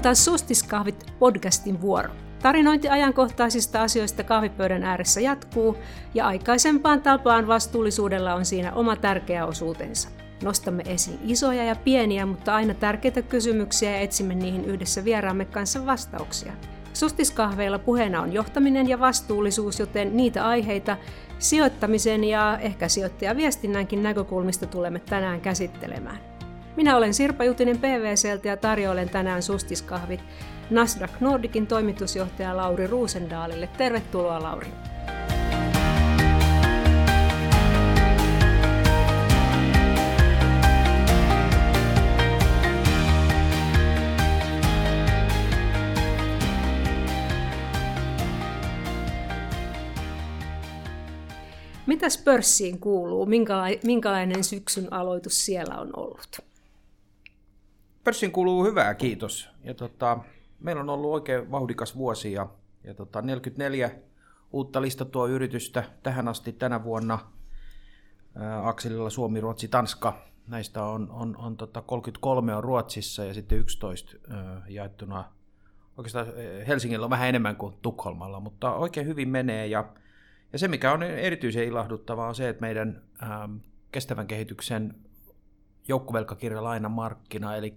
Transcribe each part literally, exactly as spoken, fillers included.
on taas Sustiskahvit podcastin vuoro. Tarinointi ajankohtaisista asioista kahvipöydän ääressä jatkuu, ja aikaisempaan tapaan vastuullisuudella on siinä oma tärkeä osuutensa. Nostamme esiin isoja ja pieniä, mutta aina tärkeitä kysymyksiä ja etsimme niihin yhdessä vieraamme kanssa vastauksia. Sustiskahveilla puheena on johtaminen ja vastuullisuus, joten niitä aiheita sijoittamisen ja ehkä sijoittajaviestinnänkin näkökulmista tulemme tänään käsittelemään. Minä olen Sirpa Jutinen P V C:ltä ja tarjoilen tänään Sustiskahvit Nasdaq Nordicin toimitusjohtaja Lauri Roosendaalille. Tervetuloa, Lauri. Mitäs pörssiin kuuluu? Minkälainen syksyn aloitus siellä on ollut? Pörssiin kuuluu hyvää, kiitos. Ja tota, meillä on ollut oikein vauhdikas vuosi ja, ja tota, neljäkymmentäneljä uutta listattua yritystä tähän asti tänä vuonna. Ää, akselilla Suomi, Ruotsi, Tanska. Näistä on, on, on tota kolmekymmentäkolme on Ruotsissa ja sitten yksitoista ää, jaettuna. Oikeastaan Helsingillä on vähän enemmän kuin Tukholmalla, mutta oikein hyvin menee. Ja, ja se, mikä on erityisen ilahduttavaa, on se, että meidän ää, kestävän kehityksen joukkovelkakirjalainamarkkina, eli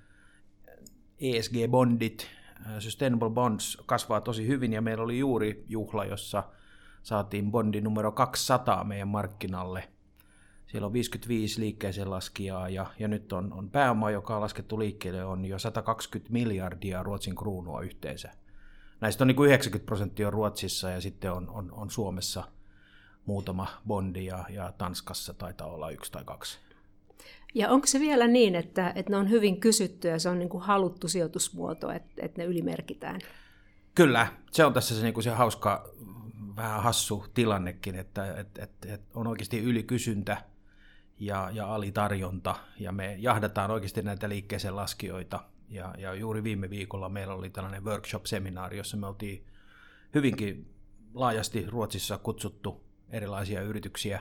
E S G-bondit, Sustainable Bonds, kasvaa tosi hyvin, ja meillä oli juuri juhla, jossa saatiin bondi numero kaksisataa meidän markkinalle. Siellä on viisikymmentäviisi liikkeeseen laskijaa, ja, ja nyt on, on pääoma, joka on laskettu liikkeelle, on jo sata kaksikymmentä miljardia Ruotsin kruunua yhteensä. Näistä on niin kuin yhdeksänkymmentä prosenttia on Ruotsissa, ja sitten on, on, on Suomessa muutama bondi, ja, ja Tanskassa taitaa olla yksi tai kaksi. Ja onko se vielä niin, että, että ne on hyvin kysytty ja se on niin kuin haluttu sijoitusmuoto, että, että ne ylimerkitään? Kyllä, se on tässä se, niin kuin se hauska, vähän hassu tilannekin, että, että, että, että on oikeasti ylikysyntä ja, ja alitarjonta, ja me jahdataan oikeasti näitä liikkeeseen laskijoita. Ja, ja juuri viime viikolla meillä oli tällainen workshop-seminaari, jossa me oltiin hyvinkin laajasti Ruotsissa kutsuttu erilaisia yrityksiä,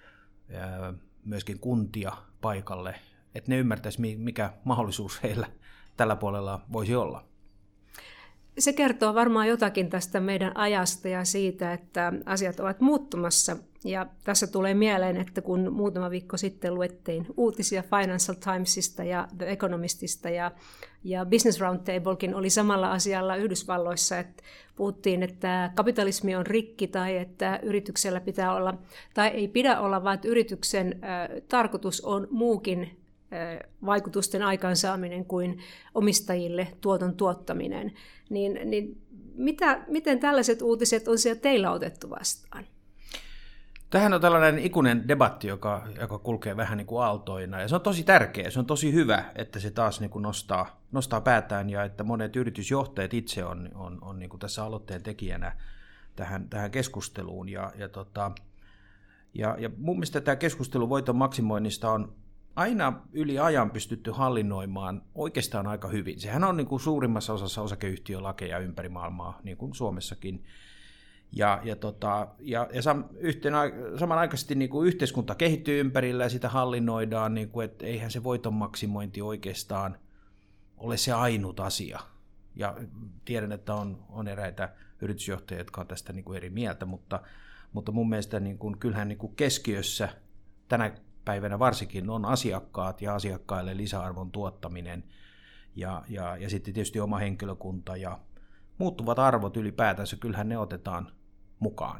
myöskin kuntia paikalle, että ne ymmärtäisi, mikä mahdollisuus heillä tällä puolella voisi olla. Se kertoo varmaan jotakin tästä meidän ajasta ja siitä, että asiat ovat muuttumassa. Ja tässä tulee mieleen, että kun muutama viikko sitten luettiin uutisia Financial Timesista ja The Economistista ja, ja Business Roundtablekin oli samalla asialla Yhdysvalloissa, että puhuttiin, että kapitalismi on rikki tai että yrityksellä pitää olla, tai ei pidä olla, vaan että yrityksen äh, tarkoitus on muukin äh, vaikutusten aikaansaaminen kuin omistajille tuoton tuottaminen. Niin, niin mitä, miten tällaiset uutiset on siellä teillä otettu vastaan? Tämähän on tällainen ikuinen debatti, joka, joka kulkee vähän niin kuin aaltoina, ja se on tosi tärkeä, se on tosi hyvä, että se taas niin kuin nostaa, nostaa päätään, ja että monet yritysjohtajat itse on, on, on niin kuin tässä aloitteen tekijänä tähän, tähän keskusteluun, ja, ja, tota, ja, ja mun mielestä tämä keskustelu voiton maksimoinnista on aina yli ajan pystytty hallinnoimaan oikeastaan aika hyvin. Sehän on niin kuin suurimmassa osassa osakeyhtiölakeja ympäri maailmaa, niin kuin Suomessakin. Ja, ja, tota, ja, ja sam, yhteen, samanaikaisesti niin kuin yhteiskunta kehittyy ympärillä ja sitä hallinnoidaan, niin kuin, että eihän se voiton maksimointi oikeastaan ole se ainut asia. Ja tiedän, että on, on eräitä yritysjohtajia, jotka on tästä niin kuin eri mieltä, mutta, mutta mun mielestä niin kuin, kyllähän niin kuin keskiössä tänä päivänä varsinkin on asiakkaat ja asiakkaille lisäarvon tuottaminen ja, ja, ja sitten tietysti oma henkilökunta ja muuttuvat arvot ylipäätänsä, kyllähän ne otetaan mukaan.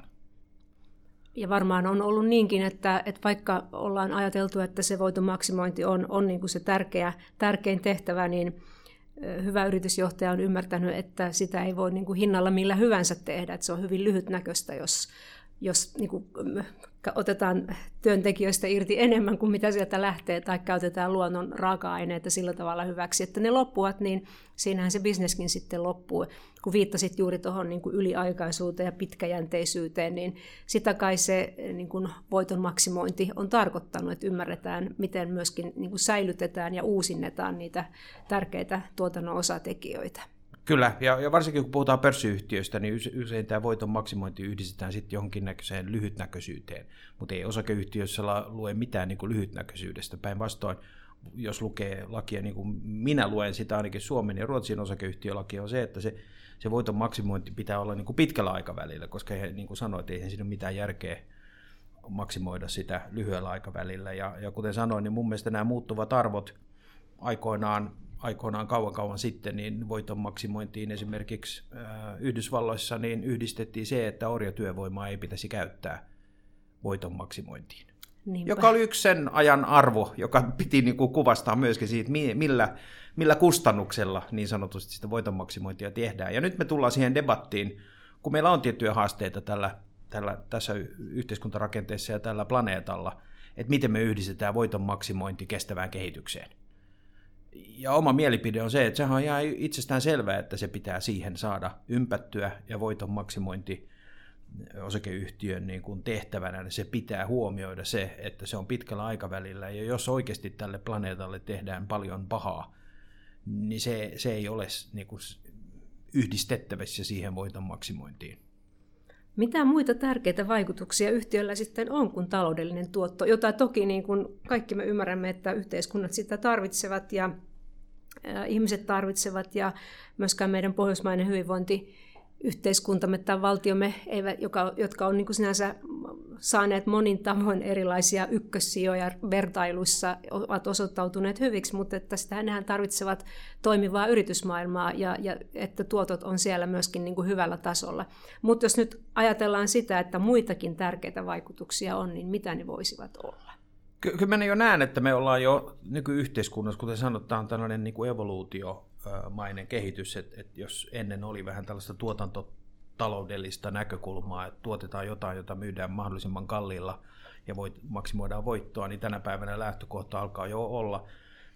Ja varmaan on ollut niinkin, että, että vaikka ollaan ajateltu, että se voiton maksimointi on, on niin kuin se tärkeä, tärkein tehtävä, niin hyvä yritysjohtaja on ymmärtänyt, että sitä ei voi niin kuin hinnalla millä hyvänsä tehdä, että se on hyvin lyhytnäköistä, jos, jos niin kuin otetaan työntekijöistä irti enemmän kuin mitä sieltä lähtee, tai käytetään luonnon raaka-aineita sillä tavalla hyväksi, että ne loppuvat, niin siinähän se bisneskin sitten loppuu. Kun viittasit juuri tuohon niin kuin yliaikaisuuteen ja pitkäjänteisyyteen, niin sitä kai se niin kuin voiton maksimointi on tarkoittanut, että ymmärretään, miten myöskin niin kuin säilytetään ja uusinnetaan niitä tärkeitä tuotannon osatekijöitä. Kyllä, ja, ja varsinkin kun puhutaan pörssiyhtiöistä, niin usein tämä voiton maksimointi yhdistetään sitten jonkinnäköiseen lyhytnäköisyyteen, mutta ei osakeyhtiössä lue mitään niin kuin lyhytnäköisyydestä. Päinvastoin jos lukee lakia, niin kuin minä luen sitä ainakin Suomen ja Ruotsin osakeyhtiölaki, on se, että se, se voiton maksimointi pitää olla niin kuin pitkällä aikavälillä, koska he, niin kuin sanoit, eihän siinä ole mitään järkeä maksimoida sitä lyhyellä aikavälillä. Ja, ja kuten sanoin, niin mun mielestä nämä muuttuvat arvot aikoinaan, aikoinaan kauan kauan sitten, niin voiton maksimointiin esimerkiksi äh, Yhdysvalloissa niin yhdistettiin se, että orjatyövoimaa ei pitäisi käyttää voiton maksimointiin. Niinpä. Joka oli yksi sen ajan arvo, joka piti niin kuin kuvastaa myöskin siitä, millä, millä kustannuksella niin sanotusti sitä voiton maksimointia tehdään. Ja nyt me tullaan siihen debattiin, kun meillä on tiettyjä haasteita tällä, tällä, tässä yhteiskuntarakenteessa ja tällä planeetalla, että miten me yhdistetään voiton maksimointi kestävään kehitykseen. Ja oma mielipide on se, että sehän on ihan itsestään selvää, että se pitää siihen saada ympättyä ja voiton maksimointi osakeyhtiön niin kuin tehtävänä, niin se pitää huomioida se, että se on pitkällä aikavälillä, ja jos oikeasti tälle planeetalle tehdään paljon pahaa, niin se, se ei ole niin kuin yhdistettävissä siihen voiton maksimointiin. Mitä muita tärkeitä vaikutuksia yhtiöllä sitten on kuin taloudellinen tuotto, jota toki niin kuin kaikki me ymmärrämme, että yhteiskunnat sitä tarvitsevat ja ihmiset tarvitsevat, ja myöskään meidän pohjoismainen hyvinvointi yhteiskuntamme tai valtiomme, joka, jotka on niin kuin sinänsä saaneet monin tavoin erilaisia ykkössijoja vertailuissa, ovat osoittautuneet hyviksi, mutta että sitä nehän tarvitsevat toimivaa yritysmaailmaa ja, ja että tuotot on siellä myöskin niin kuin hyvällä tasolla. Mutta jos nyt ajatellaan sitä, että muitakin tärkeitä vaikutuksia on, niin mitä ne voisivat olla? Kyllä mä jo näen, että me ollaan jo nykyyhteiskunnassa, kuten sanotaan, tällainen niin kuin evoluutiomainen kehitys, että, että jos ennen oli vähän tällaista tuotantotaloudellista näkökulmaa, että tuotetaan jotain, jota myydään mahdollisimman kalliilla ja voit, maksimoidaan voittoa, niin tänä päivänä lähtökohta alkaa jo olla,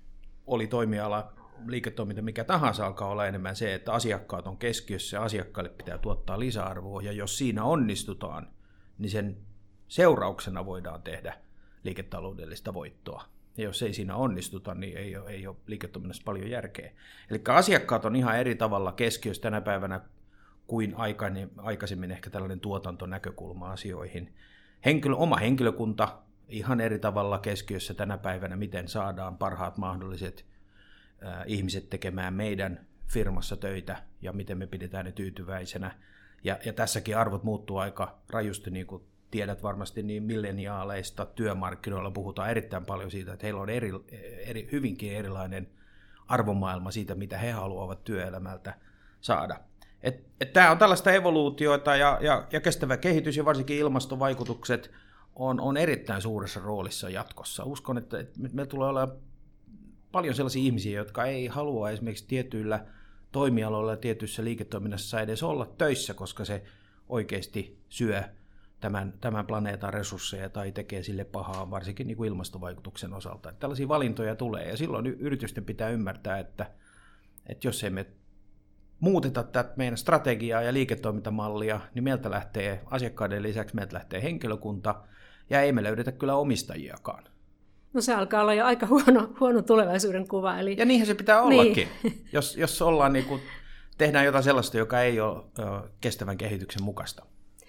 oli toimiala, liiketoiminta mikä tahansa alkaa olla enemmän se, että asiakkaat on keskiössä ja asiakkaille pitää tuottaa lisäarvoa, ja jos siinä onnistutaan, niin sen seurauksena voidaan tehdä liiketaloudellista voittoa. Ja jos ei siinä onnistuta, niin ei ole, ei ole liiketoiminnassa paljon järkeä. Eli asiakkaat on ihan eri tavalla keskiössä tänä päivänä kuin aikaisemmin ehkä tällainen tuotantonäkökulma asioihin. Henkilö, oma henkilökunta ihan eri tavalla keskiössä tänä päivänä, miten saadaan parhaat mahdolliset äh, ihmiset tekemään meidän firmassa töitä ja miten me pidetään ne tyytyväisenä. Ja, ja tässäkin arvot muuttuu aika rajusti, niin kuin tiedät varmasti, niin milleniaaleista työmarkkinoilla puhutaan erittäin paljon siitä, että heillä on eri, eri, hyvinkin erilainen arvomaailma siitä, mitä he haluavat työelämältä saada. Et, et tämä on tällaista evoluutiota ja, ja, ja kestävä kehitys ja varsinkin ilmastovaikutukset on, on erittäin suuressa roolissa jatkossa. Uskon, että, että me tulee olla paljon sellaisia ihmisiä, jotka ei halua esimerkiksi tietyillä toimialoilla ja tietyissä liiketoiminnassa edes olla töissä, koska se oikeasti syö Tämän, tämän planeetan resursseja tai tekee sille pahaa, varsinkin niin kuin ilmastovaikutuksen osalta. Että tällaisia valintoja tulee, ja silloin yritysten pitää ymmärtää, että, että jos emme muuteta tätä meidän strategiaa ja liiketoimintamallia, niin meiltä lähtee asiakkaiden lisäksi meiltä lähtee henkilökunta, ja ei me löydetä kyllä omistajiakaan. No se alkaa olla jo aika huono, huono tulevaisuuden kuva. Eli... Ja niinhän se pitää ollakin, niin. jos, jos ollaan niin kuin, tehdään jotain sellaista, joka ei ole ö, kestävän kehityksen mukaista.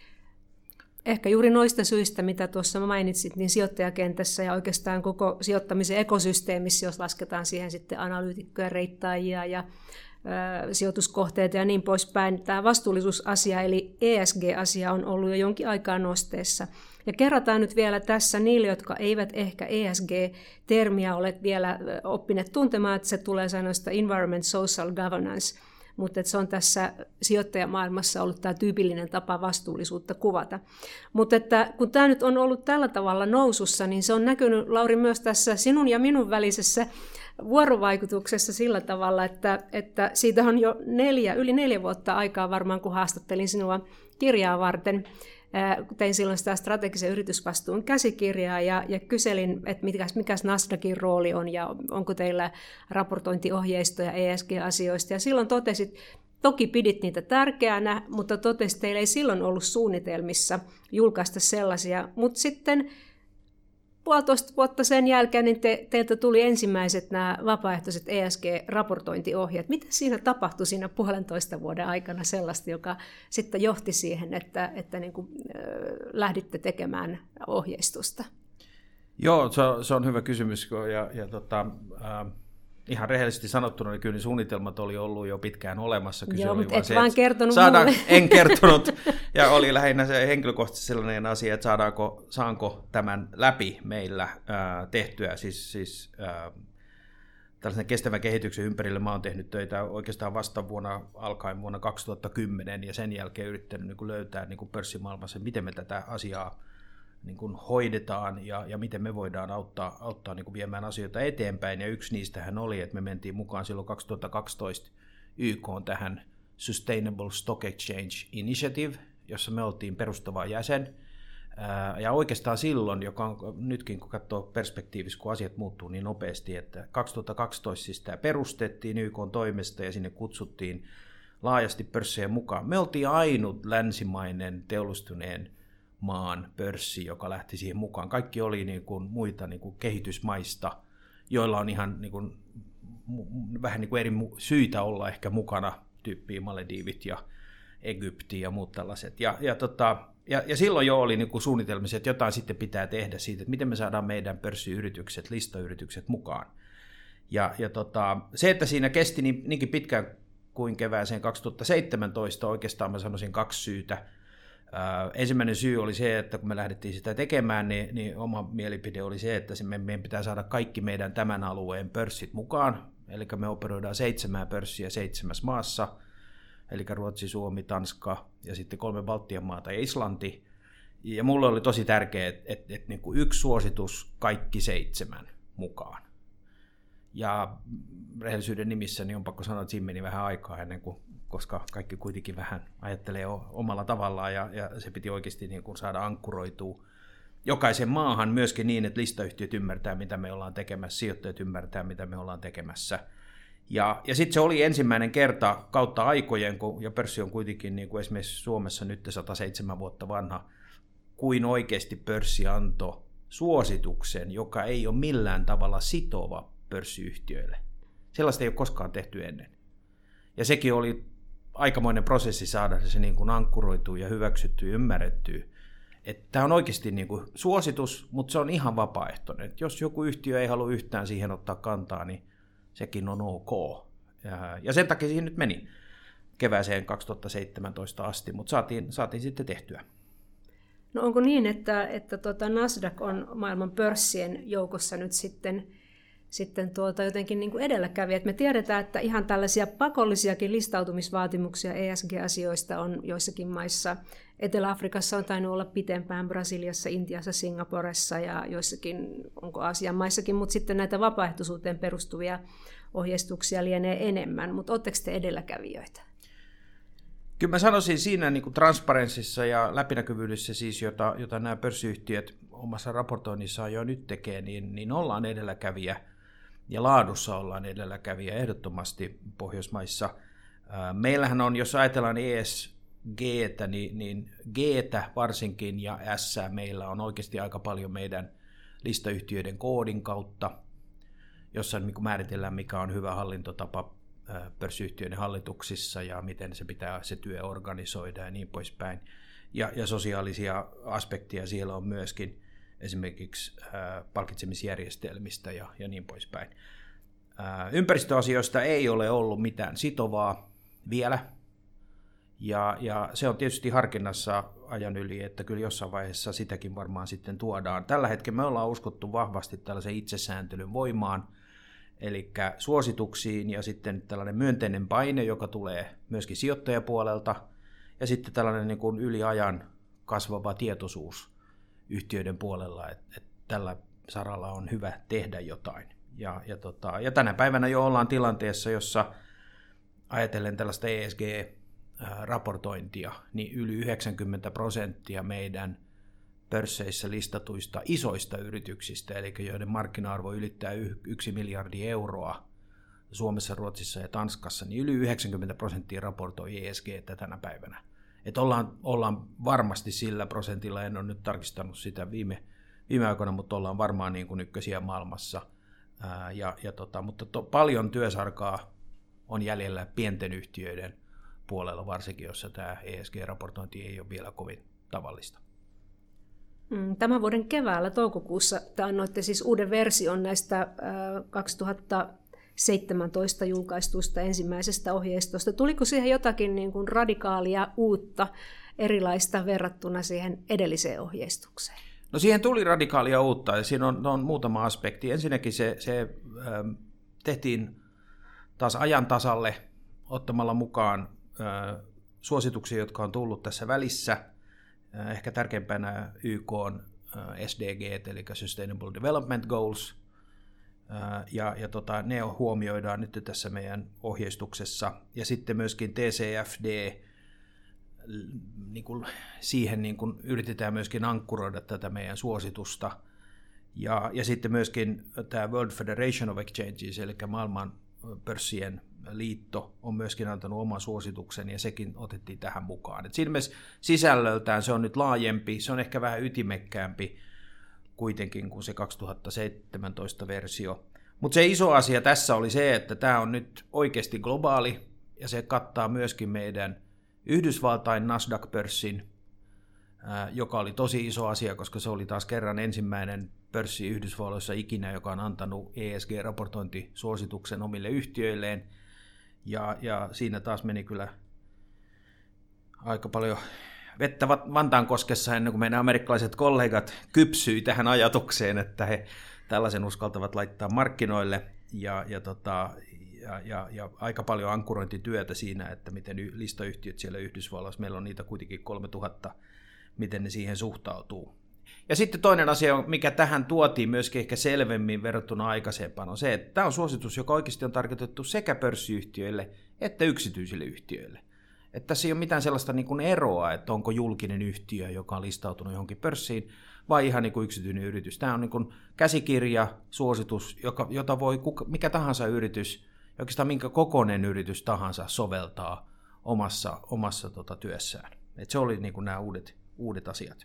Ehkä juuri noista syistä, mitä tuossa mainitsit, niin sijoittajakentässä ja oikeastaan koko sijoittamisen ekosysteemissä, jos lasketaan siihen sitten analyytikkoja, reittaajia ja ö, sijoituskohteita ja niin poispäin, tämä vastuullisuusasia eli E S G-asia on ollut jo jonkin aikaa nosteessa. Ja kerrataan nyt vielä tässä niille, jotka eivät ehkä E S G-termiä ole vielä oppineet tuntemaan, että se tulee sanoista Environment, Social Governance, mutta se on tässä sijoittajamaailmassa ollut tämä tyypillinen tapa vastuullisuutta kuvata. Mutta että kun tämä nyt on ollut tällä tavalla nousussa, niin se on näkynyt, Lauri, myös tässä sinun ja minun välisessä vuorovaikutuksessa sillä tavalla, että, että siitä on jo neljä, yli neljä vuotta aikaa varmaan, kun haastattelin sinua kirjaa varten. Tein silloin sitä strategisen yritysvastuun käsikirjaa ja, ja kyselin, että mikäs, mikäs Nasdaqin rooli on ja onko teillä raportointiohjeistoja E S G-asioista. Ja silloin totesit, toki pidit niitä tärkeänä, mutta totesit, teillä ei silloin ollut suunnitelmissa julkaista sellaisia. Mutta sitten puolitoista vuotta sen jälkeen niin te, teiltä tuli ensimmäiset nämä vapaaehtoiset E S G-raportointiohjeet. Mitä siinä tapahtui siinä puolentoista vuoden aikana sellaista, joka sitten johti siihen, että, että niin kuin, äh, lähditte tekemään ohjeistusta? Joo, se on, se on hyvä kysymys. Ja, ja tota, äh, ihan rehellisesti sanottuna, niin kyllä ne suunnitelmat oli ollut jo pitkään olemassa. Kyse Joo, oli mutta vaan et se, vaan kertonut saadaan, mulle. En kertonut. Ja oli lähinnä se henkilökohtaisesti sellainen asia, että saadaanko, saanko tämän läpi meillä ää, tehtyä. Siis, siis ää, tällaisen kestävän kehityksen ympärille mä oon tehnyt töitä oikeastaan vasta vuonna alkaen vuonna kaksituhattakymmenen ja sen jälkeen yrittänyt niin kuin löytää niin kuin pörssimaailmassa, miten me tätä asiaa niin kuin hoidetaan ja, ja miten me voidaan auttaa, auttaa niin kuin viemään asioita eteenpäin. Ja yksi niistähän oli, että me mentiin mukaan silloin kaksituhattakaksitoista Y K:n tähän Sustainable Stock Exchange Initiative, jossa me oltiin perustava jäsen. Ja oikeastaan silloin, joka on nytkin kun katsoo perspektiivissä, kun asiat muuttuu niin nopeasti, että kaksituhattakaksitoista siis tämä perustettiin Y K:n toimesta ja sinne kutsuttiin laajasti pörssejä mukaan. Me oltiin ainut länsimainen teollistuneen maan pörssi, joka lähti siihen mukaan. Kaikki oli niin kuin muita niin kuin kehitysmaista, joilla on ihan niin kuin, vähän niin kuin eri syitä olla ehkä mukana, tyyppiä Malediivit ja Egypti ja muut tällaiset. Ja, ja, tota, ja, ja silloin jo oli niin kuin suunnitelmissa, että jotain sitten pitää tehdä siitä, että miten me saadaan meidän pörssiyritykset, listayritykset mukaan. Ja, ja tota, se, että siinä kesti niin, niinkin pitkään kuin kevääseen kaksituhattaseitsemäntoista, oikeastaan mä sanoisin kaksi syytä. Uh, ensimmäinen syy oli se, että kun me lähdettiin sitä tekemään, niin, niin oma mielipide oli se, että me, meidän pitää saada kaikki meidän tämän alueen pörssit mukaan. Eli me operoidaan seitsemää pörssiä seitsemässä maassa, eli Ruotsi, Suomi, Tanska ja sitten kolme Baltian maata ja Islanti. Ja mulle oli tosi tärkeää, että, että, että niin kuin yksi suositus kaikki seitsemän mukaan. Ja rehellisyyden nimissä niin on pakko sanoa, että siinä meni vähän aikaa ennen kuin, koska kaikki kuitenkin vähän ajattelee omalla tavallaan ja, ja se piti oikeasti niin kuin saada ankkuroitua jokaisen maahan myöskin niin, että listayhtiöt ymmärtää, mitä me ollaan tekemässä, sijoittajat ymmärtää, mitä me ollaan tekemässä. Ja, ja sitten se oli ensimmäinen kerta kautta aikojen, kun, ja pörssi on kuitenkin niin kuin esimerkiksi Suomessa nyt sata seitsemän vuotta vanha, kuin oikeasti pörssi antoi suosituksen, joka ei ole millään tavalla sitova pörssiyhtiöille. Sellaista ei ole koskaan tehty ennen. Ja sekin oli aikamoinen prosessi saada se niin kuin ankkuroitua ja hyväksyttyä ja ymmärrettyä. Tämä on oikeasti niin kuin suositus, mutta se on ihan vapaaehtoinen. Et jos joku yhtiö ei halua yhtään siihen ottaa kantaa, niin sekin on ok. Ja, ja sen takia siihen nyt meni kevääseen kaksituhattaseitsemäntoista asti, mutta saatiin, saatiin sitten tehtyä. No onko niin, että, että tuota Nasdaq on maailman pörssien joukossa nyt sitten, sitten tuota jotenkin niin kuin edelläkävijä? Et me tiedetään, että ihan tällaisia pakollisiakin listautumisvaatimuksia E S G-asioista on joissakin maissa. Etelä-Afrikassa on tainnut olla pitempään, Brasiliassa, Intiassa, Singaporessa ja joissakin, onko Aasian maissakin, mutta sitten näitä vapaaehtoisuuteen perustuvia ohjeistuksia lienee enemmän. Mutta oletteko te edelläkävijöitä? Kyllä mä sanoisin siinä niin kuin transparenssissa ja läpinäkyvyydessä, siis, jota, jota nämä pörssiyhtiöt omassa raportoinnissaan jo nyt tekee, niin, niin ollaan edelläkävijä ja laadussa ollaan edelläkävijä ehdottomasti Pohjoismaissa. Meillähän on, jos ajatellaan E S G:tä, niin, niin G:tä varsinkin ja S meillä on oikeasti aika paljon meidän listayhtiöiden koodin kautta, jossa niin kuin määritellään, mikä on hyvä hallintotapa pörssiyhtiöiden hallituksissa ja miten se pitää se työ organisoida ja niin poispäin. Ja, ja sosiaalisia aspekteja siellä on myöskin esimerkiksi ää, palkitsemisjärjestelmistä ja, ja niin poispäin. Ää, ympäristöasioista ei ole ollut mitään sitovaa vielä. Ja, ja se on tietysti harkinnassa ajan yli, että kyllä jossain vaiheessa sitäkin varmaan sitten tuodaan. Tällä hetkellä me ollaan uskottu vahvasti tällaisen itsesääntelyn voimaan, eli suosituksiin ja sitten tällainen myönteinen paine, joka tulee myöskin sijoittajapuolelta, ja sitten tällainen niin kuin yli ajan kasvava tietoisuus yhtiöiden puolella, että, että tällä saralla on hyvä tehdä jotain. Ja, ja, tota, ja tänä päivänä jo ollaan tilanteessa, jossa ajatellen tällaista E S G-raportointia, niin yli yhdeksänkymmentä prosenttia meidän pörsseissä listatuista isoista yrityksistä, eli joiden markkina-arvo ylittää yksi miljardi euroa Suomessa, Ruotsissa ja Tanskassa, niin yli yhdeksänkymmentä prosenttia raportoi E S G:tä tänä päivänä. Että ollaan, ollaan varmasti sillä prosentilla, en ole nyt tarkistanut sitä viime, viime aikoina, mutta ollaan varmaan niin kuin ykkösiä maailmassa. Ää, ja, ja tota, mutta to, paljon työsarkaa on jäljellä pienten yhtiöiden puolella, varsinkin jossa tämä E S G-raportointi ei ole vielä kovin tavallista. Tämän vuoden keväällä toukokuussa te annoitte siis uuden version näistä kaksituhattaseitsemäntoista julkaistusta ensimmäisestä ohjeistosta. Tuliko siihen jotakin niin kuin radikaalia uutta, erilaista verrattuna siihen edelliseen ohjeistukseen? No siihen tuli radikaalia uutta ja siinä on, on muutama aspekti. Ensinnäkin se, se äh, tehtiin taas ajan tasalle ottamalla mukaan äh, suosituksia, jotka on tullut tässä välissä. Äh, ehkä tärkeimpänä Y K:n äh, S D G, eli Sustainable Development Goals. Äh, ja ja tota, ne huomioidaan nyt tässä meidän ohjeistuksessa. Ja sitten myöskin T C F D, niin kuin siihen niin kuin yritetään myöskin ankkuroida tätä meidän suositusta. Ja, ja sitten myöskin tämä World Federation of Exchanges, eli maailman pörssien liitto, on myöskin antanut oman suosituksen, ja sekin otettiin tähän mukaan. Et siinä mielessä sisällöltään se on nyt laajempi, se on ehkä vähän ytimekkäämpi kuitenkin kuin se kaksituhattaseitsemäntoista versio. Mutta se iso asia tässä oli se, että tämä on nyt oikeasti globaali, ja se kattaa myöskin meidän Yhdysvaltain Nasdaq-pörssin, joka oli tosi iso asia, koska se oli taas kerran ensimmäinen pörssi Yhdysvalloissa ikinä, joka on antanut E S G-raportointisuosituksen omille yhtiöilleen. Ja, ja siinä taas meni kyllä aika paljon vettä Vantaankoskessa ennen kuin meidän amerikkalaiset kollegat kypsyi tähän ajatukseen, että he tällaisen uskaltavat laittaa markkinoille. Ja, ja tota, Ja, ja, ja aika paljon ankkurointityötä siinä, että miten listayhtiöt siellä Yhdysvalloissa, meillä on niitä kuitenkin kolmetuhatta, miten ne siihen suhtautuu. Ja sitten toinen asia, mikä tähän tuotiin myöskin ehkä selvemmin verrattuna aikaisempaan, on se, että tämä on suositus, joka oikeasti on tarkoitettu sekä pörssiyhtiöille että yksityisille yhtiöille. Että tässä ei ole mitään sellaista niin kuin eroa, että onko julkinen yhtiö, joka on listautunut johonkin pörssiin, vai ihan niin kuin yksityinen yritys. Tämä on niin kuin käsikirja, suositus, joka, jota voi kuka, mikä tahansa yritys, oikeastaan minkä kokoinen yritys tahansa soveltaa omassa, omassa tota, työssään. Et se oli niin kuin nämä uudet, uudet asiat.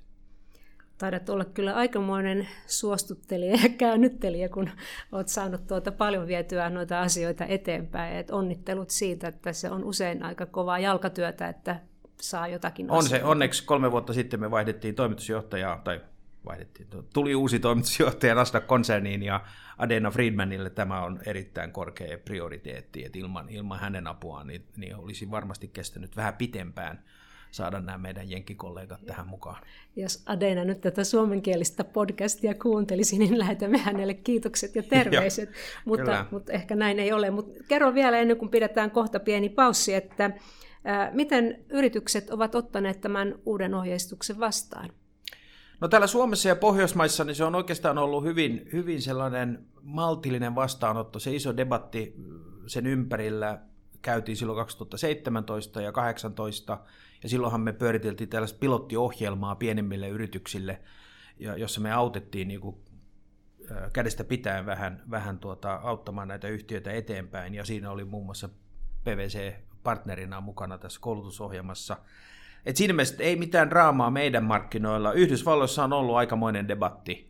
Taidat olla kyllä aikamoinen suostuttelija ja käännyttelijä, kun olet saanut tuota paljon vietyä noita asioita eteenpäin. Et onnittelut siitä, että se on usein aika kovaa jalkatyötä, että saa jotakin on asioita. Se, onneksi kolme vuotta sitten me vaihdettiin toimitusjohtajaa, tai vaihdettiin, tuli uusi toimitusjohtaja Nasdaq-konserniin, ja Adena Friedmanille tämä on erittäin korkea prioriteetti, että ilman, ilman hänen apuaan niin, niin olisi varmasti kestänyt vähän pitempään saada nämä meidän jenkkikollegat tähän mukaan. Jos Adena nyt tätä suomenkielistä podcastia kuuntelisi, niin lähetämme hänelle kiitokset ja terveiset, mutta, mutta ehkä näin ei ole. Mutta kerro vielä ennen kuin pidetään kohta pieni paussi, että ää, miten yritykset ovat ottaneet tämän uuden ohjeistuksen vastaan? No täällä Suomessa ja Pohjoismaissa niin se on oikeastaan ollut hyvin, hyvin sellainen maltillinen vastaanotto. Se iso debatti sen ympärillä käytiin silloin kaksituhattaseitsemäntoista ja kahdeksantoista, ja silloinhan me pyöriteltiin tällaista pilottiohjelmaa pienemmille yrityksille, jossa me autettiin niin kuin kädestä pitäen vähän, vähän tuota, auttamaan näitä yhtiöitä eteenpäin, ja siinä oli muun muassa P V C-partnerina mukana tässä koulutusohjelmassa. Et siinä mielessä ei mitään draamaa meidän markkinoilla. Yhdysvalloissa on ollut aikamoinen debatti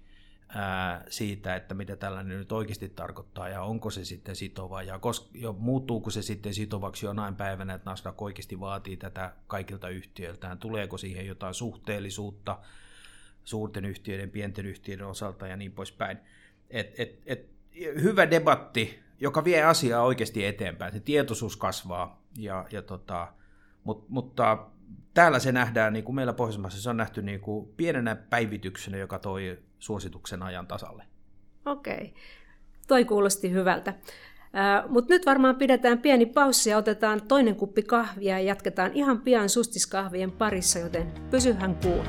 ää, siitä, että mitä tällainen nyt oikeasti tarkoittaa ja onko se sitten sitova ja, kos- ja muuttuuko se sitten sitovaksi jonain päivänä, että Nasdaq oikeasti vaatii tätä kaikilta yhtiöiltään. Tuleeko siihen jotain suhteellisuutta suurten yhtiöiden, pienten yhtiöiden osalta ja niin poispäin. Et, et, et, hyvä debatti, joka vie asiaa oikeasti eteenpäin. Se tietoisuus kasvaa, ja, ja tota, mut, mutta täällä se nähdään, niin kuin meillä Pohjoismaissa, se on nähty niin kuin pienenä päivityksenä, joka toi suosituksen ajan tasalle. Okei, toi kuulosti hyvältä. Äh, Mutta nyt varmaan pidetään pieni paussi ja otetaan toinen kuppi kahvia ja jatketaan ihan pian sustiskahvien parissa, joten pysyhän kuulolla.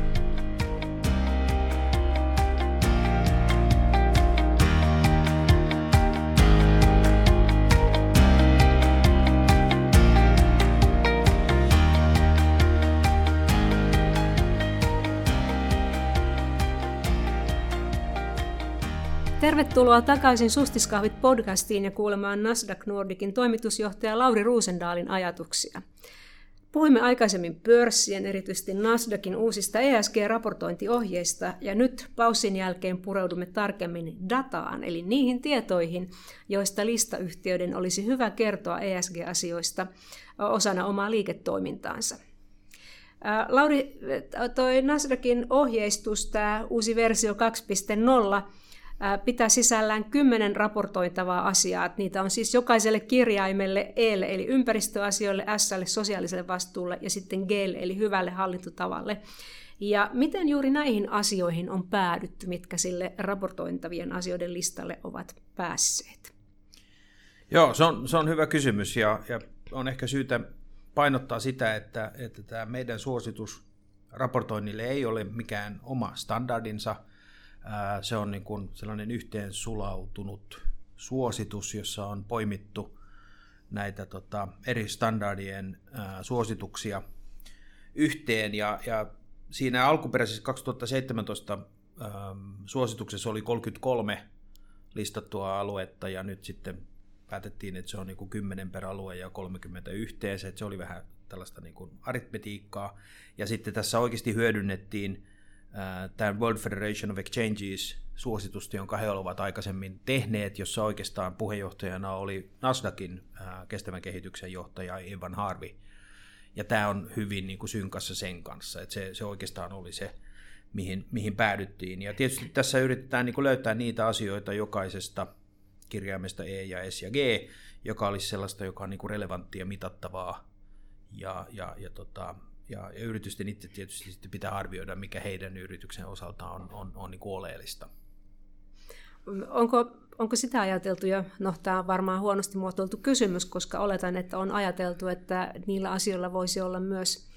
Tervetuloa takaisin Sustiskahvit podcastiin ja kuulemaan Nasdaq Nordicin toimitusjohtaja Lauri Roosendaalin ajatuksia. Puhuimme aikaisemmin pörssien, erityisesti Nasdaqin uusista E S G-raportointiohjeista, ja nyt paussin jälkeen pureudumme tarkemmin dataan, eli niihin tietoihin, joista listayhtiöiden olisi hyvä kertoa E S G-asioista osana omaa liiketoimintaansa. Lauri, toi Nasdaqin ohjeistus, tämä uusi versio kaksi piste nolla, pitää sisällään kymmenen raportoitavaa asiaa. Niitä on siis jokaiselle kirjaimelle E:lle eli ympäristöasioille, S:lle sosiaaliselle vastuulle ja sitten G:lle eli hyvälle hallintotavalle. Ja miten juuri näihin asioihin on päädytty, mitkä sille raportointavien asioiden listalle ovat päässeet? Joo, se on, se on hyvä kysymys ja, ja on ehkä syytä painottaa sitä, että, että tämä meidän suositus raportoinnille ei ole mikään oma standardinsa. Se on niin kuin sellainen yhteen sulautunut suositus, jossa on poimittu näitä tota, eri standardien ää, suosituksia yhteen. Ja, ja siinä alkuperäisessä kaksituhattaseitsemäntoista ää, suosituksessa oli kolmekymmentäkolme listattua aluetta ja nyt sitten päätettiin, että se on niin kuin kymmenen per alue ja kolmekymmentä yhteensä. Että se oli vähän tällaista niin kuin aritmetiikkaa. Ja sitten tässä oikeasti hyödynnettiin tämän World Federation of Exchanges-suositusta, jonka he ovat aikaisemmin tehneet, jossa oikeastaan puheenjohtajana oli Nasdaqin kestävän kehityksen johtaja Evan Harvey. Ja tämä on hyvin niin kuin synkassa sen kanssa, että se, se oikeastaan oli se, mihin, mihin päädyttiin. Ja tietysti tässä yritetään niin kuin löytää niitä asioita jokaisesta kirjaimesta E ja S ja G, joka olisi sellaista, joka on niin kuin relevanttia, mitattavaa ja, ja, ja tota, Ja, ja yritysten itse tietysti sitten pitää arvioida, mikä heidän yrityksen osalta on, on, on niin kuin oleellista. Onko, onko sitä ajateltu, ja no tämä on varmaan huonosti muotoiltu kysymys, koska oletan, että on ajateltu, että niillä asioilla voisi olla myös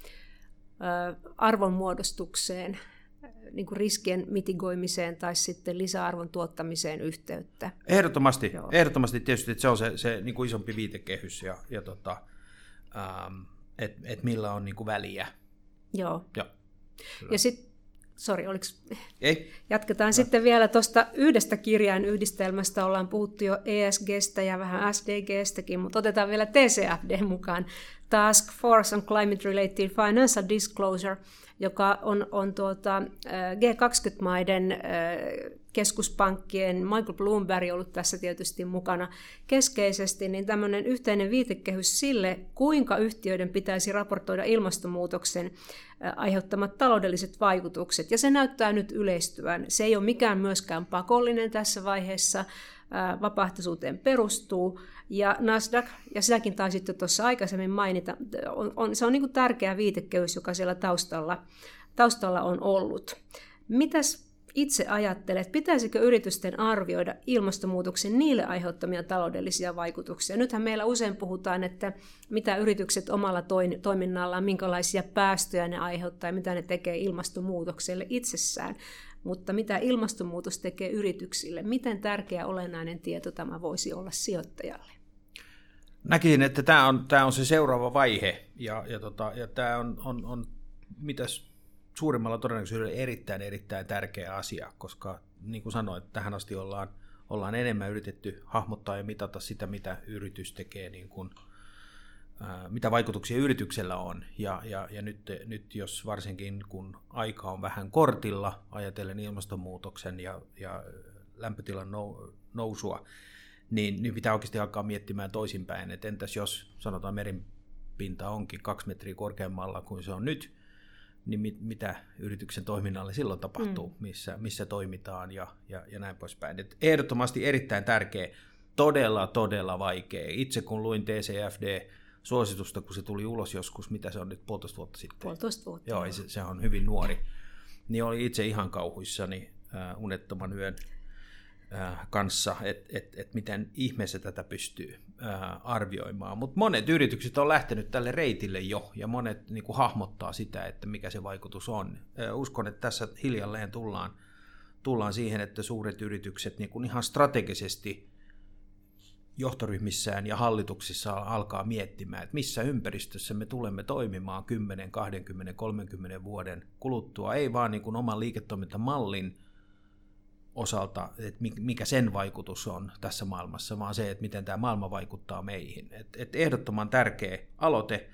ä, arvonmuodostukseen, niin kuin riskien mitigoimiseen tai sitten lisäarvon tuottamiseen yhteyttä. Ehdottomasti, Joo. ehdottomasti tietysti, että se on se, se niin kuin isompi viitekehys ja, ja tota, ähm, että et millä on niinku väliä. Joo. Joo. Ja sitten, sori, oliko... Ei. Jatketaan no. sitten vielä tuosta yhdestä kirjainyhdistelmästä. Ollaan puhuttu jo E S G:stä ja vähän S D G:stäkin, mutta otetaan vielä T C F D mukaan. Task Force on Climate Related Financial Disclosure, joka on, on tuota, G kaksikymmentä-maiden keskuspankkien, Michael Bloomberg on ollut tässä tietysti mukana keskeisesti, niin tämmöinen yhteinen viitekehys sille, kuinka yhtiöiden pitäisi raportoida ilmastonmuutoksen aiheuttamat taloudelliset vaikutukset. Ja se näyttää nyt yleistyvän. Se ei ole mikään myöskään pakollinen tässä vaiheessa, vapaaehtoisuuteen perustuu, ja Nasdaq, ja sitäkin taisitte tuossa aikaisemmin mainita, on, on, se on niin kuin tärkeä viitekehys, joka siellä taustalla, taustalla on ollut. Mitäs itse ajattelet, pitäisikö yritysten arvioida ilmastonmuutoksen niille aiheuttamia taloudellisia vaikutuksia? Nythän meillä usein puhutaan, että mitä yritykset omalla toiminnallaan, minkälaisia päästöjä ne aiheuttaa ja mitä ne tekee ilmastonmuutokselle itsessään. Mutta mitä ilmastonmuutos tekee yrityksille? Miten tärkeä olennainen tieto tämä voisi olla sijoittajalle? Näkisin, että tämä on, tämä on se seuraava vaihe, ja, ja, tota, ja tämä on, on, on mitäs suurimmalla todennäköisyydellä erittäin, erittäin tärkeä asia, koska niin kuin sanoin, tähän asti ollaan, ollaan enemmän yritetty hahmottaa ja mitata sitä, mitä yritys tekee, niin kuin, ää, mitä vaikutuksia yrityksellä on, ja, ja, ja nyt, nyt jos varsinkin kun aika on vähän kortilla, ajatellen ilmastonmuutoksen ja, ja lämpötilan nousua, niin, niin pitää oikeasti alkaa miettimään toisinpäin, että entäs jos sanotaan merenpinta onkin kaksi metriä korkeammalla kuin se on nyt, niin mit, mitä yrityksen toiminnalle silloin tapahtuu, mm. missä, missä toimitaan ja, ja, ja näin poispäin. Et ehdottomasti erittäin tärkeä, todella, todella vaikea. Itse kun luin T C F D-suositusta, kun se tuli ulos joskus, mitä se on nyt, puolitoista vuotta sitten? Puolitoista vuotta. Joo, se, se on hyvin nuori. Niin oli itse ihan kauhuissani äh, unettoman yön kanssa, että et, et miten ihmeessä tätä pystyy ää, arvioimaan. Mutta monet yritykset on lähtenyt tälle reitille jo, ja monet niin kuin hahmottaa sitä, että mikä se vaikutus on. Ää, uskon, että tässä hiljalleen tullaan, tullaan siihen, että suuret yritykset niin kuin ihan strategisesti johtoryhmissään ja hallituksissa alkaa miettimään, että missä ympäristössä me tulemme toimimaan kymmenen, kaksikymmentä, kolmekymmentä vuoden kuluttua, ei vaan niin kuin oman liiketoimintamallin osalta, että mikä sen vaikutus on tässä maailmassa, vaan se, että miten tämä maailma vaikuttaa meihin. Et, et ehdottoman tärkeä aloite.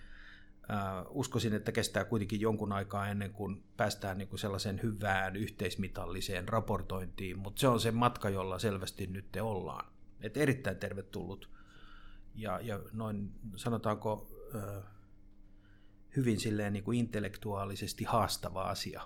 Uh, uskoisin, että kestää kuitenkin jonkun aikaa ennen kuin päästään niin kuin sellaisen hyvään yhteismitalliseen raportointiin, mutta se on se matka, jolla selvästi nyt te ollaan. Et erittäin tervetullut ja, ja noin sanotaanko uh, hyvin silleen niin kuin intellektuaalisesti haastava asia.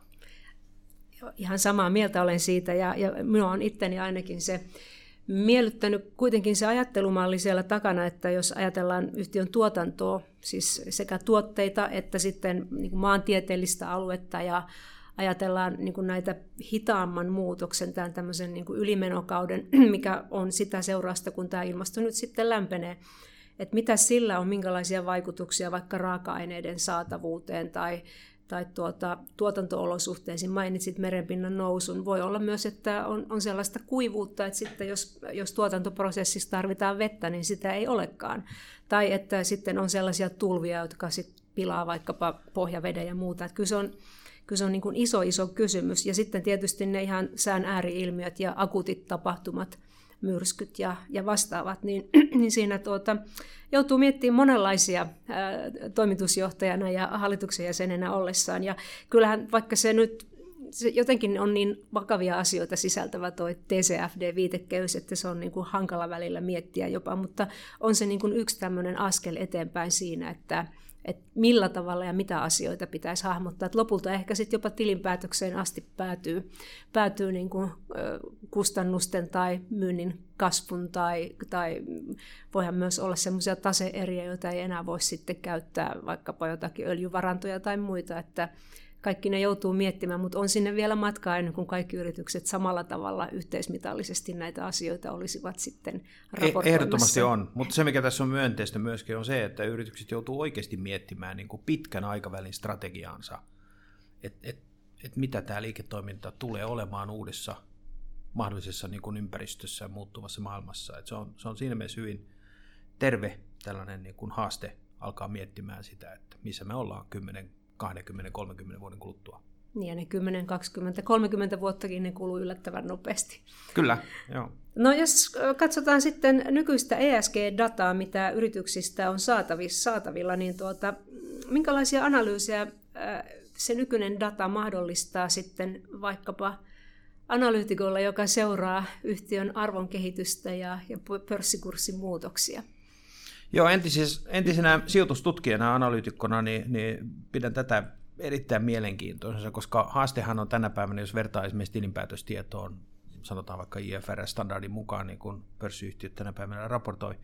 Ihan samaa mieltä olen siitä, ja, ja minua on itteni ainakin se miellyttänyt kuitenkin se ajattelumalli siellä takana, että jos ajatellaan yhtiön tuotantoa, siis sekä tuotteita että sitten niin kuin maantieteellistä aluetta, ja ajatellaan niin kuin näitä hitaamman muutoksen, tämän tämmöisen niin kuin ylimenokauden, mikä on sitä seurausta, kun tämä ilmasto nyt sitten lämpenee, että mitä sillä on, minkälaisia vaikutuksia vaikka raaka-aineiden saatavuuteen tai tai tuota, tuotanto-olosuhteisiin, mainitsit merenpinnan nousun. Voi olla myös, että on, on sellaista kuivuutta, että sitten jos, jos tuotantoprosessissa tarvitaan vettä, niin sitä ei olekaan. Tai että sitten on sellaisia tulvia, jotka sit pilaa vaikkapa pohjaveden ja muuta. Että kyllä se on, kyllä se on niin kuin iso, iso kysymys. Ja sitten tietysti ne ihan sään ääri-ilmiöt ja akuutit tapahtumat, myrskyt ja, ja vastaavat, niin, niin siinä tuota, joutuu miettimään monenlaisia ää, toimitusjohtajana ja hallituksen jäsenenä ollessaan. Ja kyllähän vaikka se nyt se jotenkin on niin vakavia asioita sisältävä tuo T C F D-viitekehys, että se on niin kuin hankala välillä miettiä jopa, mutta on se niin kuin yksi tämmöinen askel eteenpäin siinä, että että millä tavalla ja mitä asioita pitäisi hahmottaa. Että lopulta ehkä sitten jopa tilinpäätökseen asti päätyy, päätyy niin kuin kustannusten tai myynnin kasvun, tai, tai voihan myös olla sellaisia tase-eriä, joita ei enää voi sitten käyttää, vaikkapa jotakin öljyvarantoja tai muita, että kaikki ne joutuu miettimään, mutta on sinne vielä matkaa ennen kuin kaikki yritykset samalla tavalla yhteismitallisesti näitä asioita olisivat sitten raportoimassa. Ehdottomasti on, mutta se mikä tässä on myönteistä myöskin on se, että yritykset joutuu oikeasti miettimään niin kuin pitkän aikavälin strategiaansa, että et, et mitä tämä liiketoiminta tulee olemaan uudessa mahdollisessa niin kuin ympäristössä ja muuttuvassa maailmassa. Et se, on, se on siinä mielessä hyvin terve tällainen niin kuin haaste alkaa miettimään sitä, että missä me ollaan kymmenen kaksikymmentä kolmekymmentä vuoden kuluttua. Niin, ja ne kymmenen, kaksikymmentä, kolmekymmentä vuottakin ne kuluu yllättävän nopeasti. Kyllä, joo. No jos katsotaan sitten nykyistä E S G-dataa, mitä yrityksistä on saatavilla, niin tuota, minkälaisia analyysejä se nykyinen data mahdollistaa sitten vaikkapa analyytikolla, joka seuraa yhtiön arvon kehitystä ja, ja pörssikurssin muutoksia? Joo, entisenä, entisenä sijoitustutkijana ja analyytikkona niin, niin pidän tätä erittäin mielenkiintoisena, koska haastehan on tänä päivänä, jos vertaa esimerkiksi tilinpäätöstietoon, sanotaan vaikka I F R S-standardin mukaan, niin kuin pörssiyhtiöt tänä päivänä raportoi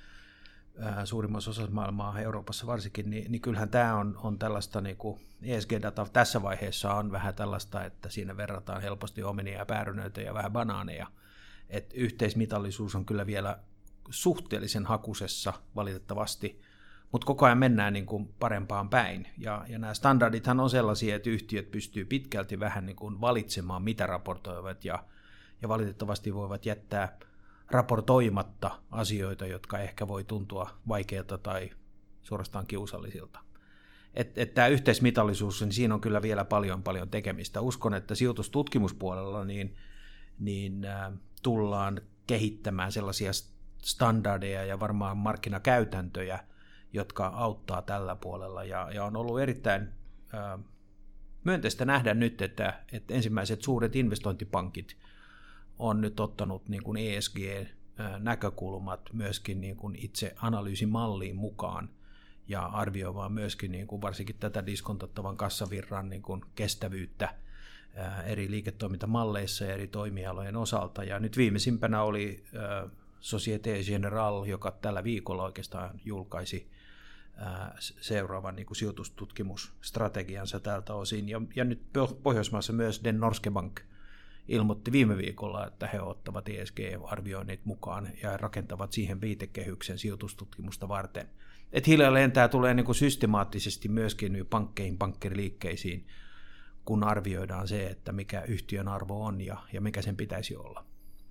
ää, suurimmassa osassa maailmaa, Euroopassa varsinkin, niin, niin kyllähän tämä on, on tällaista, niin kuin E S G-data tässä vaiheessa on vähän tällaista, että siinä verrataan helposti omenia ja päärynöitä ja vähän banaaneja, että yhteismitallisuus on kyllä vielä suhteellisen hakusessa valitettavasti, mutta koko ajan mennään niin kuin parempaan päin. Ja, ja nämä standardithan on sellaisia, että yhtiöt pystyy pitkälti vähän niin kuin valitsemaan, mitä raportoivat, ja, ja valitettavasti voivat jättää raportoimatta asioita, jotka ehkä voi tuntua vaikealta tai suorastaan kiusallisilta. Että et tämä yhteismitallisuus, niin siinä on kyllä vielä paljon paljon tekemistä. Uskon, että sijoitustutkimuspuolella niin, niin äh, tullaan kehittämään sellaisia standardeja ja varmaan markkinakäytäntöjä, jotka auttaa tällä puolella. Ja, ja on ollut erittäin ää, myönteistä nähdä nyt, että, että ensimmäiset suuret investointipankit on nyt ottanut niin kuin E S G-näkökulmat myöskin niin kuin itse analyysimalliin mukaan ja arvioimaan myöskin niin kuin varsinkin tätä diskontattavan kassavirran niin kuin kestävyyttä ää, eri liiketoimintamalleissa ja eri toimialojen osalta. Ja nyt viimeisimpänä oli ää, Société Générale, joka tällä viikolla oikeastaan julkaisi ää, seuraavan niin kuin sijoitustutkimusstrategiansa tältä osin. Ja, ja nyt Pohjoismaassa myös Den Norske Bank ilmoitti viime viikolla, että he ottavat E S G-arvioinnit mukaan ja rakentavat siihen viitekehyksen sijoitustutkimusta varten. Et hiljalleen tämä tulee niin kuin systemaattisesti myöskin pankkeihin, pankkeriliikkeisiin, kun arvioidaan se, että mikä yhtiön arvo on ja, ja mikä sen pitäisi olla.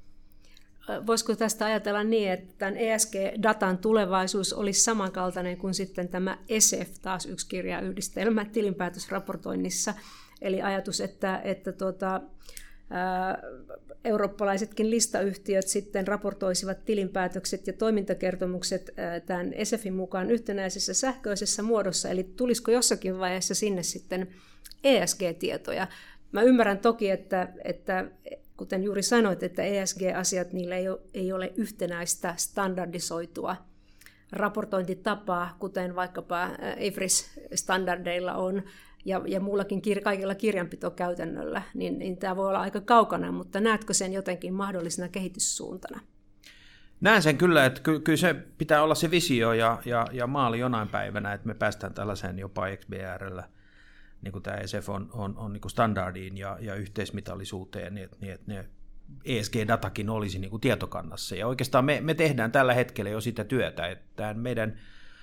Voisiko tästä ajatella niin, että tämän E S G-datan tulevaisuus olisi samankaltainen kuin sitten tämä E S E F, taas yksi kirjayhdistelmä tilinpäätösraportoinnissa, eli ajatus, että, että tuota, ää, eurooppalaisetkin listayhtiöt sitten raportoisivat tilinpäätökset ja toimintakertomukset ää, tämän E S E Fin mukaan yhtenäisessä sähköisessä muodossa, eli tulisiko jossakin vaiheessa sinne sitten E S G-tietoja. Mä ymmärrän toki, että, että kuten juuri sanoit, että E S G-asiat, niillä ei ole, ei ole yhtenäistä standardisoitua raportointitapaa, kuten vaikkapa I F R S-standardeilla on, ja, ja muullakin kir- kaikilla kirjanpitokäytännöllä, niin, niin tämä voi olla aika kaukana, mutta näetkö sen jotenkin mahdollisena kehityssuuntana? Näen sen kyllä, että ky- kyllä se pitää olla se visio ja, ja, ja maali jonain päivänä, että me päästään tällaiseen jopa X B R:llä, niin kuin tämä E S F on, on, on niin kuin standardiin ja, ja yhteismitallisuuteen, niin että, niin että ne E S G-datakin olisi niin kuin tietokannassa. Ja oikeastaan me, me tehdään tällä hetkellä jo sitä työtä, että meidän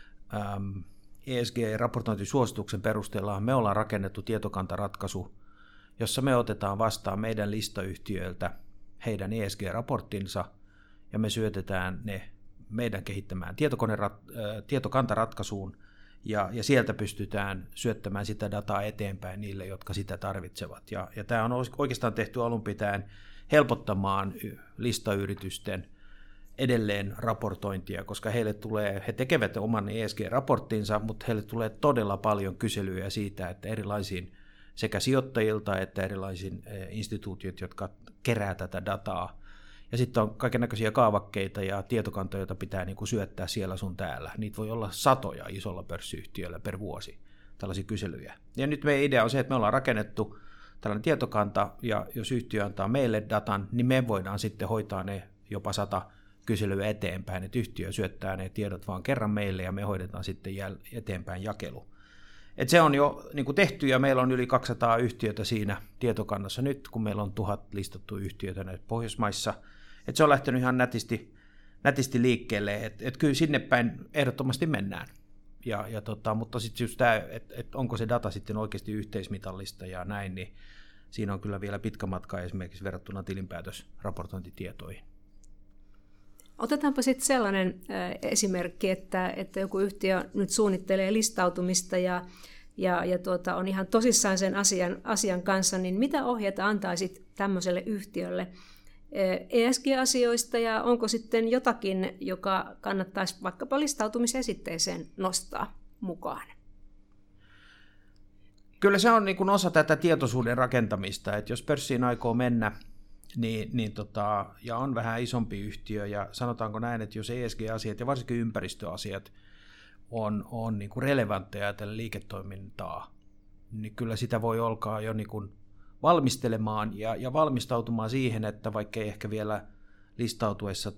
äm, E S G-raportointisuosituksen perusteella me ollaan rakennettu tietokantaratkaisu, jossa me otetaan vastaan meidän listayhtiöiltä heidän E S G-raporttinsa, ja me syötetään ne meidän kehittämään tietokonerat- äh, tietokantaratkaisuun, ja, ja sieltä pystytään syöttämään sitä dataa eteenpäin niille, jotka sitä tarvitsevat. Ja, ja tämä on oikeastaan tehty alun pitäen helpottamaan listayritysten edelleen raportointia, koska heille tulee, he tekevät oman E S G-raporttinsa, mutta heille tulee todella paljon kyselyjä siitä, että erilaisiin sekä sijoittajilta että erilaisiin instituutiot, jotka kerää tätä dataa. Ja sitten on kaikennäköisiä kaavakkeita ja tietokantoja, joita pitää niin kuin syöttää siellä sun täällä. Niitä voi olla satoja isolla pörssiyhtiöllä per vuosi, tällaisia kyselyjä. Ja nyt meidän idea on se, että me ollaan rakennettu tällainen tietokanta, ja jos yhtiö antaa meille datan, niin me voidaan sitten hoitaa ne jopa sata kyselyä eteenpäin, että yhtiö syöttää ne tiedot vaan kerran meille, ja me hoidetaan sitten jäl- eteenpäin jakelu. Et se on jo niin kuin tehty, ja meillä on yli kaksisataa yhtiötä siinä tietokannassa nyt, kun meillä on tuhat listattua yhtiötä näissä Pohjoismaissa. Et se on lähtenyt ihan nätisti, nätisti liikkeelle, että et kyllä sinne päin ehdottomasti mennään. Ja, ja tota, mutta sitten just tämä, että et onko se data sitten oikeasti yhteismitallista ja näin, niin siinä on kyllä vielä pitkä matka esimerkiksi verrattuna tilinpäätösraportointitietoihin. Otetaanpa sitten sellainen äh, esimerkki, että, että joku yhtiö nyt suunnittelee listautumista ja, ja, ja tuota, on ihan tosissaan sen asian, asian kanssa, niin mitä ohjeita antaisit tämmöiselle yhtiölle E S G-asioista, ja onko sitten jotakin, joka kannattaisi vaikkapa listautumisesitteeseen nostaa mukaan? Kyllä se on niin kuin osa tätä tietoisuuden rakentamista, että jos pörssiin aikoo mennä, niin, niin tota, ja on vähän isompi yhtiö, ja sanotaanko näin, että jos E S G-asiat ja varsinkin ympäristöasiat on, on niin kuin relevantteja ajatellen liiketoimintaa, niin kyllä sitä voi olkaa jo niin kuin valmistelemaan ja, ja valmistautumaan siihen, että vaikka ei ehkä vielä listautuessa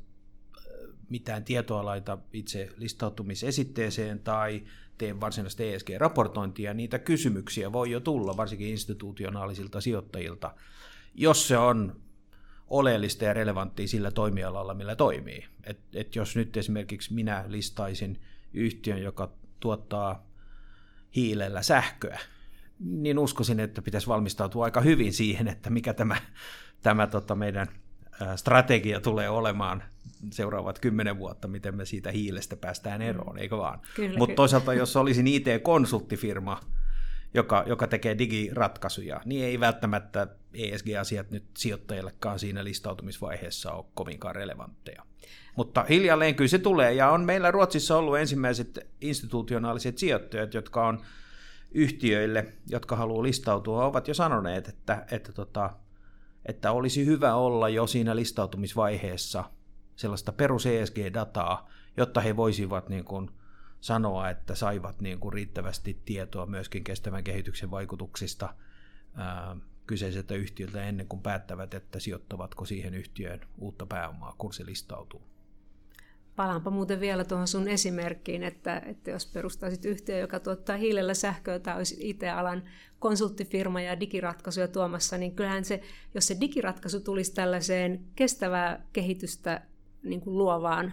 mitään tietoa laita itse listautumisesitteeseen tai tee varsinaista E S G-raportointia, niitä kysymyksiä voi jo tulla, varsinkin institutionaalisilta sijoittajilta, jos se on oleellista ja relevanttia sillä toimialalla, millä toimii. Et, et jos nyt esimerkiksi minä listaisin yhtiön, joka tuottaa hiilellä sähköä, niin uskoisin, että pitäisi valmistautua aika hyvin siihen, että mikä tämä, tämä tota meidän strategia tulee olemaan seuraavat kymmenen vuotta, miten me siitä hiilestä päästään eroon, eikö vaan? Mutta toisaalta, jos olisin I T-konsulttifirma, joka, joka tekee digiratkaisuja, niin ei välttämättä E S G-asiat nyt sijoittajillekaan siinä listautumisvaiheessa ole kovinkaan relevantteja. Mutta hiljalleen kyllä se tulee, ja on meillä Ruotsissa ollut ensimmäiset institutionaaliset sijoittajat, jotka on yhtiöille, jotka haluaa listautua, ovat jo sanoneet, että, että, tota, että olisi hyvä olla jo siinä listautumisvaiheessa sellaista perus E S G-dataa, jotta he voisivat niin kuin sanoa, että saivat niin kuin riittävästi tietoa myöskin kestävän kehityksen vaikutuksista ää, kyseiseltä yhtiöltä ennen kuin päättävät, että sijoittavatko siihen yhtiöön uutta pääomaa, kun se listautuu. Palaanpa muuten vielä tuohon sun esimerkkiin, että, että jos perustaisit yhtiö, joka tuottaa hiilellä sähköä tai olisi I T-alan konsulttifirma ja digiratkaisuja tuomassa, niin kyllähän se, jos se digiratkaisu tulisi tällaiseen kestävää kehitystä niin kuin luovaan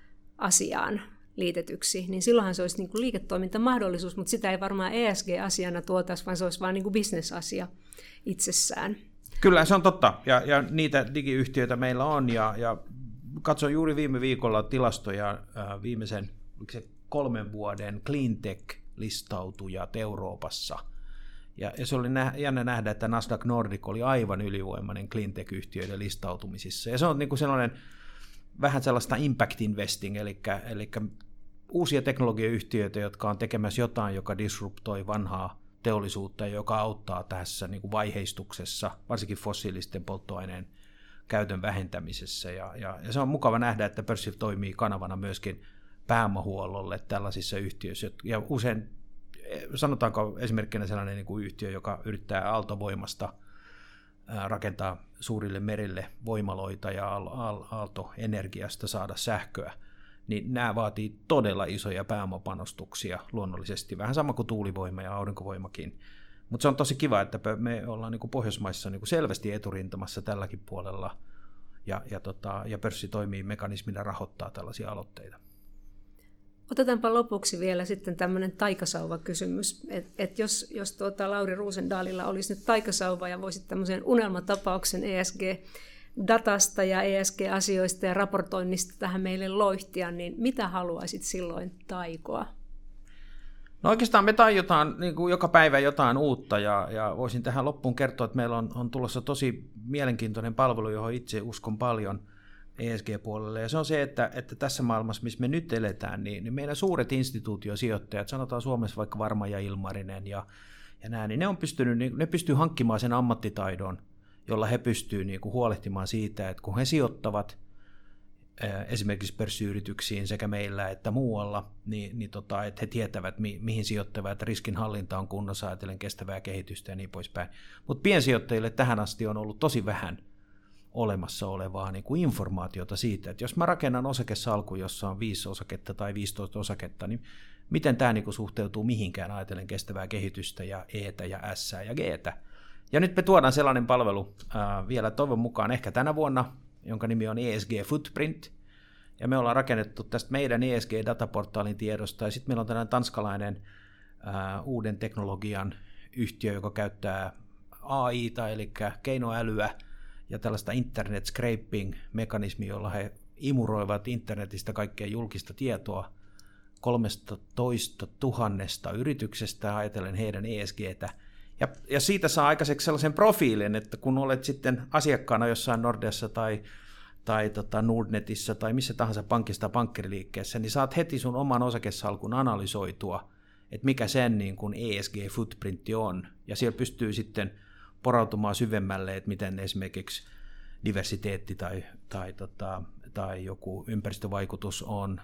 asiaan liitetyksi, niin silloinhan se olisi niin kuin liiketoimintamahdollisuus, mutta sitä ei varmaan E S G-asiana tuotaisi, vaan se olisi vain niin kuin bisnesasia itsessään. Kyllä, se on totta, ja, ja niitä digiyhtiöitä meillä on, ja, ja katsoin juuri viime viikolla tilastoja äh, viimeisen se kolmen vuoden cleantech-listautujat Euroopassa. Ja, ja se oli nä- jännä nähdä, että Nasdaq Nordic oli aivan ylivoimainen cleantech-yhtiöiden listautumisissa. Ja se on niin kuin sellainen vähän sellaista impact investing, eli, eli uusia teknologiayhtiöitä, jotka on tekemässä jotain, joka disruptoi vanhaa teollisuutta ja joka auttaa tässä niin kuin vaiheistuksessa, varsinkin fossiilisten polttoaineen käytön vähentämisessä. Ja, ja, ja se on mukava nähdä, että pörssi toimii kanavana myöskin pääomahuollolle tällaisissa yhtiöissä. Ja usein, sanotaanko esimerkkinä sellainen niin kuin yhtiö, joka yrittää aaltovoimasta rakentaa suurille merille voimaloita ja aaltoenergiasta saada sähköä, niin nämä vaatii todella isoja pääomapanostuksia luonnollisesti, vähän sama kuin tuulivoima ja aurinkovoimakin. Mutta se on tosi kiva, että me ollaan niin kuin Pohjoismaissa niin kuin selvästi eturintamassa tälläkin puolella, ja, ja, tota, ja pörssi toimii mekanismina rahoittaa tällaisia aloitteita. Otetaanpa lopuksi vielä sitten tämmöinen taikasauva-kysymys, että et jos, jos tuota Lauri Roosendalilla olisi nyt taikasauva ja voisit tämmöisen unelmatapauksen E S G-datasta ja E S G-asioista ja raportoinnista tähän meille loihtia, niin mitä haluaisit silloin taikoa? No oikeastaan me taiotaan niin kuin joka päivä jotain uutta, ja, ja voisin tähän loppuun kertoa, että meillä on, on tulossa tosi mielenkiintoinen palvelu, johon itse uskon paljon E S G-puolelle, ja se on se, että, että tässä maailmassa, missä me nyt eletään, niin, niin meidän suuret instituutiosijoittajat, sanotaan Suomessa vaikka Varma ja Ilmarinen ja, ja nämä, niin ne, on pystynyt, ne pystyy hankkimaan sen ammattitaidon, jolla he pystyvät niin kuin huolehtimaan siitä, että kun he sijoittavat esimerkiksi pörssiyrityksiin sekä meillä että muualla, niin, niin tota, että he tietävät, mi, mihin sijoittavat, että riskinhallinta on kunnossa ajatellen kestävää kehitystä ja niin poispäin. Mutta piensijoittajille tähän asti on ollut tosi vähän olemassa olevaa niin kuin informaatiota siitä, että jos mä rakennan osakesalkun, jossa on viisi osaketta tai viisitoista osaketta, niin miten tämä niin kuin suhteutuu mihinkään ajatellen kestävää kehitystä ja E:tä ja S:ää ja G:tä. Ja nyt me tuodaan sellainen palvelu ää, vielä toivon mukaan ehkä tänä vuonna, jonka nimi on E S G Footprint, ja me ollaan rakennettu tästä meidän E S G-dataportaalin tiedosta, ja sitten meillä on tällainen tanskalainen ää, uuden teknologian yhtiö, joka käyttää A I:ta, eli keinoälyä, ja tällaista internet scraping-mekanismia, jolla he imuroivat internetistä kaikkea julkista tietoa kolmetoista tuhannesta yrityksestä, ajatellen heidän E S G:tä, ja, ja siitä saa aikaiseksi sellaisen profiilin, että kun olet sitten asiakkaana jossain Nordeassa tai, tai tota Nordnetissä tai missä tahansa pankista pankkiriliikkeessä, niin saat heti sun oman osakesalkun analysoitua, että mikä sen niin kuin E S G-footprintti on. Ja siellä pystyy sitten porautumaan syvemmälle, että miten esimerkiksi diversiteetti tai, tai, tota, tai joku ympäristövaikutus on,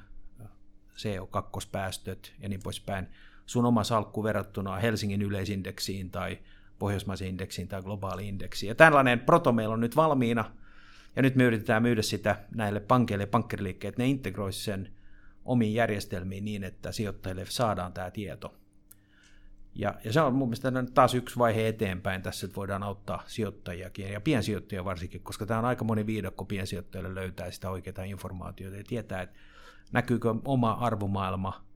C O kaksi -päästöt ja niin poispäin, sun oma salkku verrattuna Helsingin yleisindeksiin tai pohjoismaisen indeksiin tai globaaliin indeksiin. Ja tällainen proto meillä on nyt valmiina, ja nyt me yritetään myydä sitä näille pankeille ja pankkiriliikkeille, että ne integroisivat sen omiin järjestelmiin niin, että sijoittajille saadaan tämä tieto. Ja, ja se on mun mielestä taas yksi vaihe eteenpäin tässä, että voidaan auttaa sijoittajiakin ja piensijoittajia varsinkin, koska tämä on aika moni viidakko piensijoittajille löytää sitä oikeaa informaatiota ja tietää, että näkyykö oma arvomaailma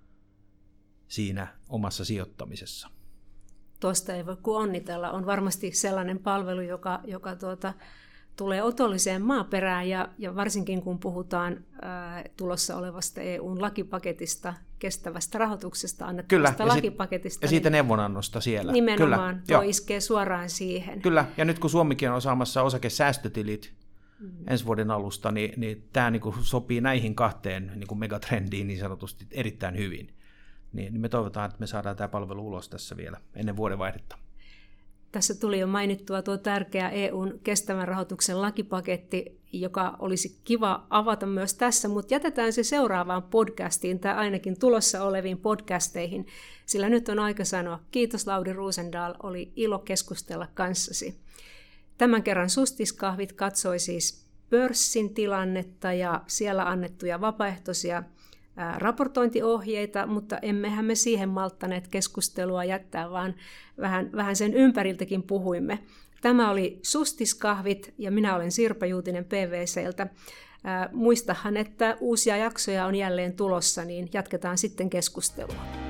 siinä omassa sijoittamisessa. Tuosta ei voi kuin onnitella. On varmasti sellainen palvelu, joka, joka tuota, tulee otolliseen maaperään, ja, ja varsinkin kun puhutaan ää, tulossa olevasta E U:n lakipaketista, kestävästä rahoituksesta annettavasta Kyllä, lakipaketista. Ja siitä niin neuvonannosta siellä. Nimenomaan, Kyllä, tuo jo. iskee suoraan siihen. Kyllä, ja nyt kun Suomikin on saamassa osakesäästötilit mm. ensi vuoden alusta, niin, niin tämä niin kuin sopii näihin kahteen niin kuin megatrendiin niin sanotusti erittäin hyvin. Niin me toivotaan, että me saadaan tämä palvelu ulos tässä vielä ennen vuodenvaihdetta. Tässä tuli jo mainittua tuo tärkeä E U:n kestävän rahoituksen lakipaketti, joka olisi kiva avata myös tässä, mutta jätetään se seuraavaan podcastiin tai ainakin tulossa oleviin podcasteihin, sillä nyt on aika sanoa kiitos Lauri Rosendahl, oli ilo keskustella kanssasi. Tämän kerran Sustiskahvit katsoi siis pörssin tilannetta ja siellä annettuja vapaaehtoisia raportointiohjeita, mutta emmehän me siihen malttaneet keskustelua jättää, vaan vähän, vähän sen ympäriltäkin puhuimme. Tämä oli Sustiskahvit ja minä olen Sirpa Juutinen P V C:ltä. Muistahan, että uusia jaksoja on jälleen tulossa, niin jatketaan sitten keskustelua.